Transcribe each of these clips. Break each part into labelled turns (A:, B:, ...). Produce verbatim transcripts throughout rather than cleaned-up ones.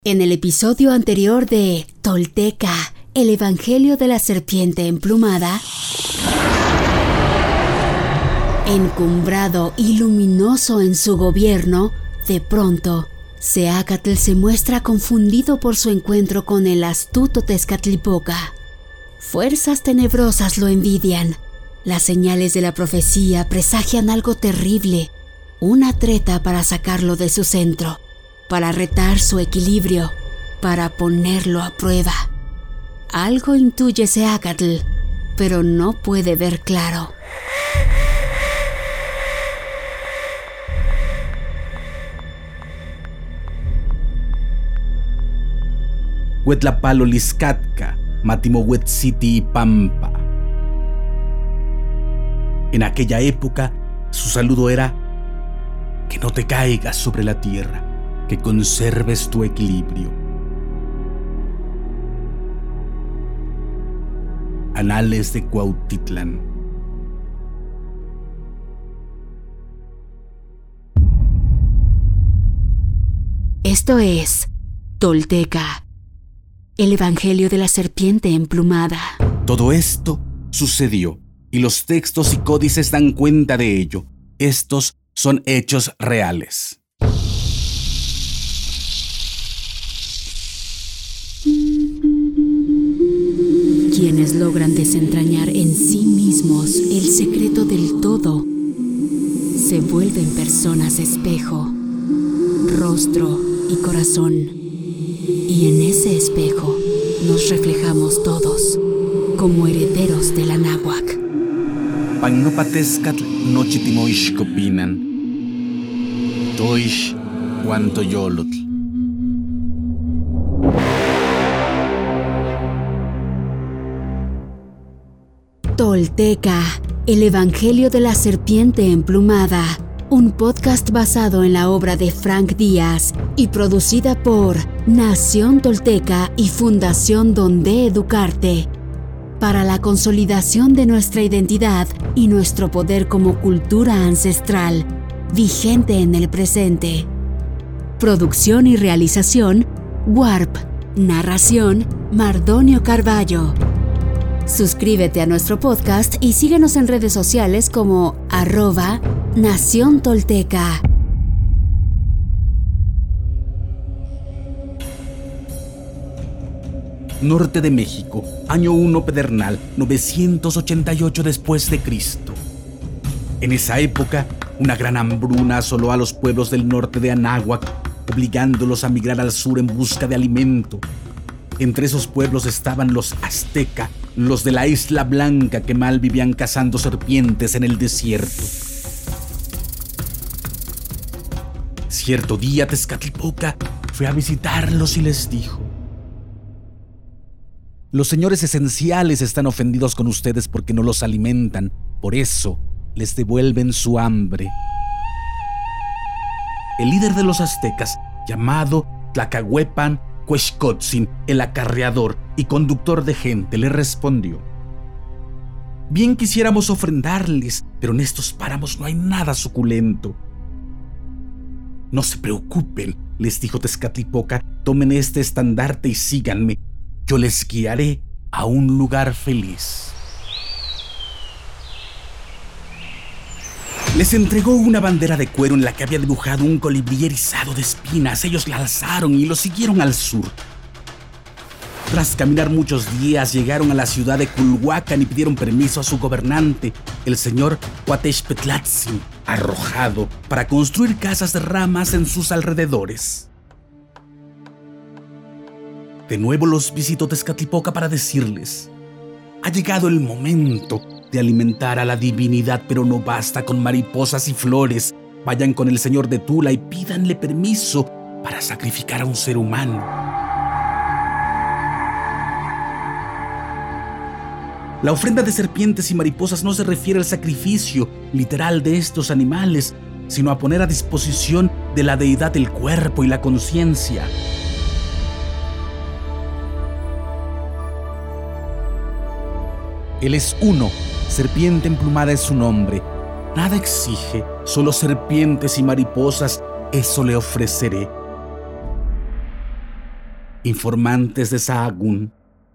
A: En el episodio anterior de Tolteca, el Evangelio de la Serpiente Emplumada, encumbrado y luminoso en su gobierno, de pronto, Seacatl se muestra confundido por su encuentro con el astuto Tezcatlipoca. Fuerzas tenebrosas lo envidian. Las señales de la profecía presagian algo terrible, una treta para sacarlo de su centro, para retar su equilibrio, para ponerlo a prueba. Algo intuye Seacatl, pero no puede ver claro.
B: Huetlapaloliscatka, Matimohuetziti y Pampa. En aquella época, su saludo era: que no te caigas sobre la tierra, que conserves tu equilibrio. Anales de Cuautitlán.
A: Esto es Tolteca, el Evangelio de la Serpiente Emplumada.
B: Todo esto sucedió, y los textos y códices dan cuenta de ello. Estos son hechos reales.
A: Quienes logran desentrañar en sí mismos el secreto del todo, se vuelven personas espejo, rostro y corazón. Y en ese espejo nos reflejamos todos, como herederos del Anáhuac.
B: Pagnopatezcatl nochitimoixcopinan, toix guantoyolotl.
A: Tolteca, el Evangelio de la Serpiente Emplumada, un podcast basado en la obra de Frank Díaz y producida por Nación Tolteca y Fundación Donde Educarte, para la consolidación de nuestra identidad y nuestro poder como cultura ancestral, vigente en el presente. Producción y realización, Warp. Narración, Mardonio Carballo. Suscríbete a nuestro podcast y síguenos en redes sociales como arroba Nación Tolteca.
B: Norte de México, año uno Pedernal, novecientos ochenta y ocho después de Cristo. En esa época, una gran hambruna asoló a los pueblos del norte de Anáhuac, obligándolos a migrar al sur en busca de alimento. Entre esos pueblos estaban los azteca, los de la Isla Blanca, que mal vivían cazando serpientes en el desierto. Cierto día Tezcatlipoca fue a visitarlos y les dijo: los señores esenciales están ofendidos con ustedes porque no los alimentan, por eso les devuelven su hambre. El líder de los aztecas, llamado Tlacahuepan Cuexcotzin, el acarreador y conductor de gente, le respondió: bien quisiéramos ofrendarles, pero en estos páramos no hay nada suculento. No se preocupen, les dijo Tezcatlipoca, tomen este estandarte y síganme. Yo les guiaré a un lugar feliz. Les entregó una bandera de cuero en la que había dibujado un colibrí erizado de espinas. Ellos la alzaron y lo siguieron al sur. Tras caminar muchos días, llegaron a la ciudad de Culhuacan y pidieron permiso a su gobernante, el señor Cuatexpetlatzin, arrojado, para construir casas de ramas en sus alrededores. De nuevo los visitó Tezcatlipoca para decirles: ha llegado el momento de alimentar a la divinidad, pero no basta con mariposas y flores. Vayan con el señor de Tula y pídanle permiso para sacrificar a un ser humano. La ofrenda de serpientes y mariposas no se refiere al sacrificio literal de estos animales, sino a poner a disposición de la deidad el cuerpo y la conciencia. Él es uno, Serpiente Emplumada es su nombre. Nada exige, solo serpientes y mariposas, eso le ofreceré. informantes de Sahagún.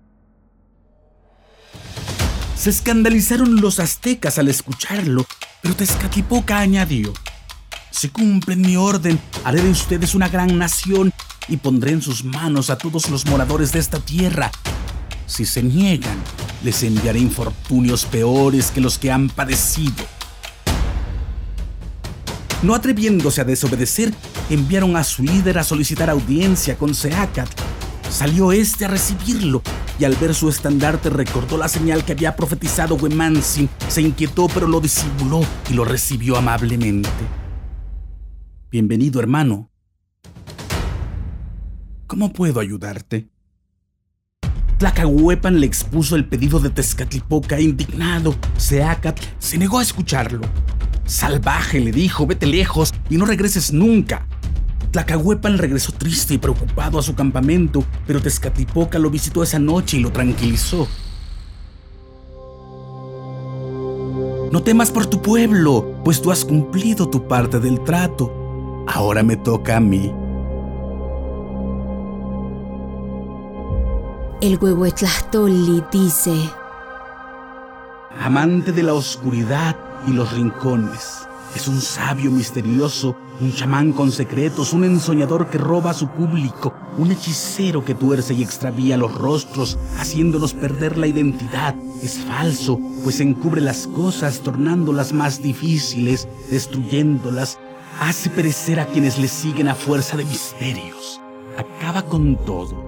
B: Se escandalizaron los aztecas al escucharlo, pero Tezcatlipoca añadió: si cumplen mi orden, haré de ustedes una gran nación y pondré en sus manos a todos los moradores de esta tierra. Si se niegan, les enviaré infortunios peores que los que han padecido. No atreviéndose a desobedecer, enviaron a su líder a solicitar audiencia con Seacat. Salió este a recibirlo, y al ver su estandarte recordó la señal que había profetizado Huemantzin. Se inquietó, pero lo disimuló y lo recibió amablemente. Bienvenido, hermano. ¿Cómo puedo ayudarte? Tlacahuepan le expuso el pedido de Tezcatlipoca. Indignado, Seacat se negó a escucharlo. Salvaje, le dijo, vete lejos y no regreses nunca. Tlacahuepan regresó triste y preocupado a su campamento, pero Tezcatlipoca lo visitó esa noche y lo tranquilizó. No temas por tu pueblo, pues tú has cumplido tu parte del trato. Ahora me toca a mí.
A: El Huehuetlachtolli dice:
B: amante de la oscuridad y los rincones, es un sabio misterioso, un chamán con secretos, un ensoñador que roba a su público, un hechicero que tuerce y extravía los rostros, haciéndonos perder la identidad. Es falso, pues encubre las cosas, tornándolas más difíciles, destruyéndolas. Hace perecer a quienes le siguen a fuerza de misterios. Acaba con todo.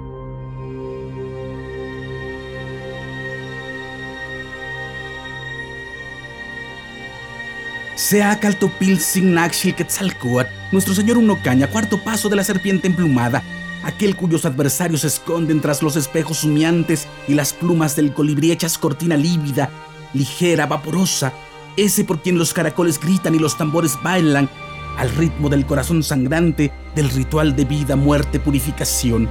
B: Seacaltopiltzin-Naxxilquetzalcóatl, nuestro señor Unocaña, cuarto paso de la serpiente emplumada, aquel cuyos adversarios se esconden tras los espejos humeantes y las plumas del colibrí hechas cortina lívida, ligera, vaporosa, ese por quien los caracoles gritan y los tambores bailan, al ritmo del corazón sangrante del ritual de vida, muerte, purificación.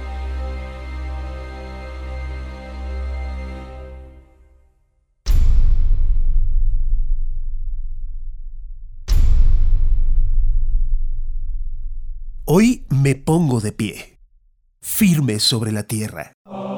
C: Hoy me pongo de pie, firme sobre la tierra.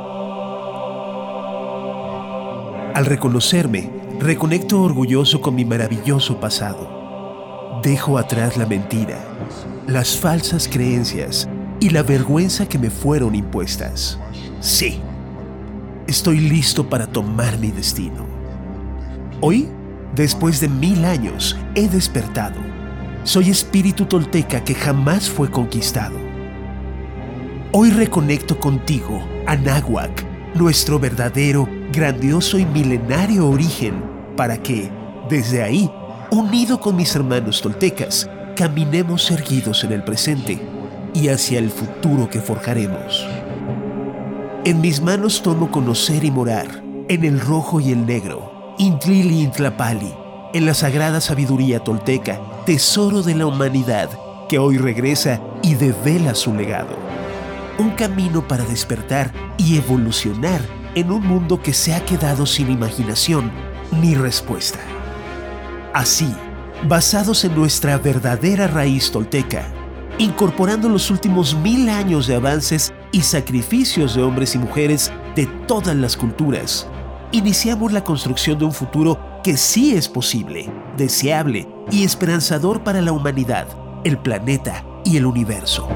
C: Al reconocerme, reconecto orgulloso con mi maravilloso pasado. Dejo atrás la mentira, las falsas creencias y la vergüenza que me fueron impuestas. Sí, estoy listo para tomar mi destino. Hoy, después de mil años, he despertado. Soy espíritu tolteca que jamás fue conquistado. Hoy reconecto contigo, Anáhuac, nuestro verdadero, grandioso y milenario origen, para que, desde ahí, unido con mis hermanos toltecas, caminemos erguidos en el presente y hacia el futuro que forjaremos. En mis manos tomo conocer y morar, en el rojo y el negro, Intlili Intlapali, en la sagrada sabiduría tolteca, tesoro de la humanidad, que hoy regresa y devela su legado. Un camino para despertar y evolucionar en un mundo que se ha quedado sin imaginación ni respuesta. Así, basados en nuestra verdadera raíz tolteca, incorporando los últimos mil años de avances y sacrificios de hombres y mujeres de todas las culturas, iniciamos la construcción de un futuro que sí es posible, deseable y esperanzador para la humanidad, el planeta y el universo.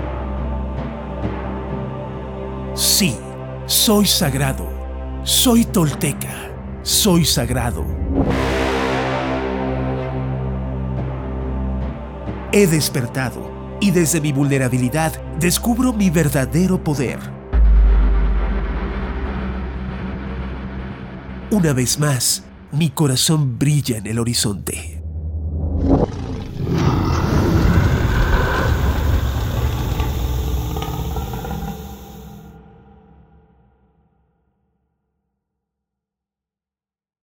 C: Sí, soy sagrado, soy tolteca, soy sagrado. He despertado y desde mi vulnerabilidad descubro mi verdadero poder. Una vez más, mi corazón brilla en el horizonte.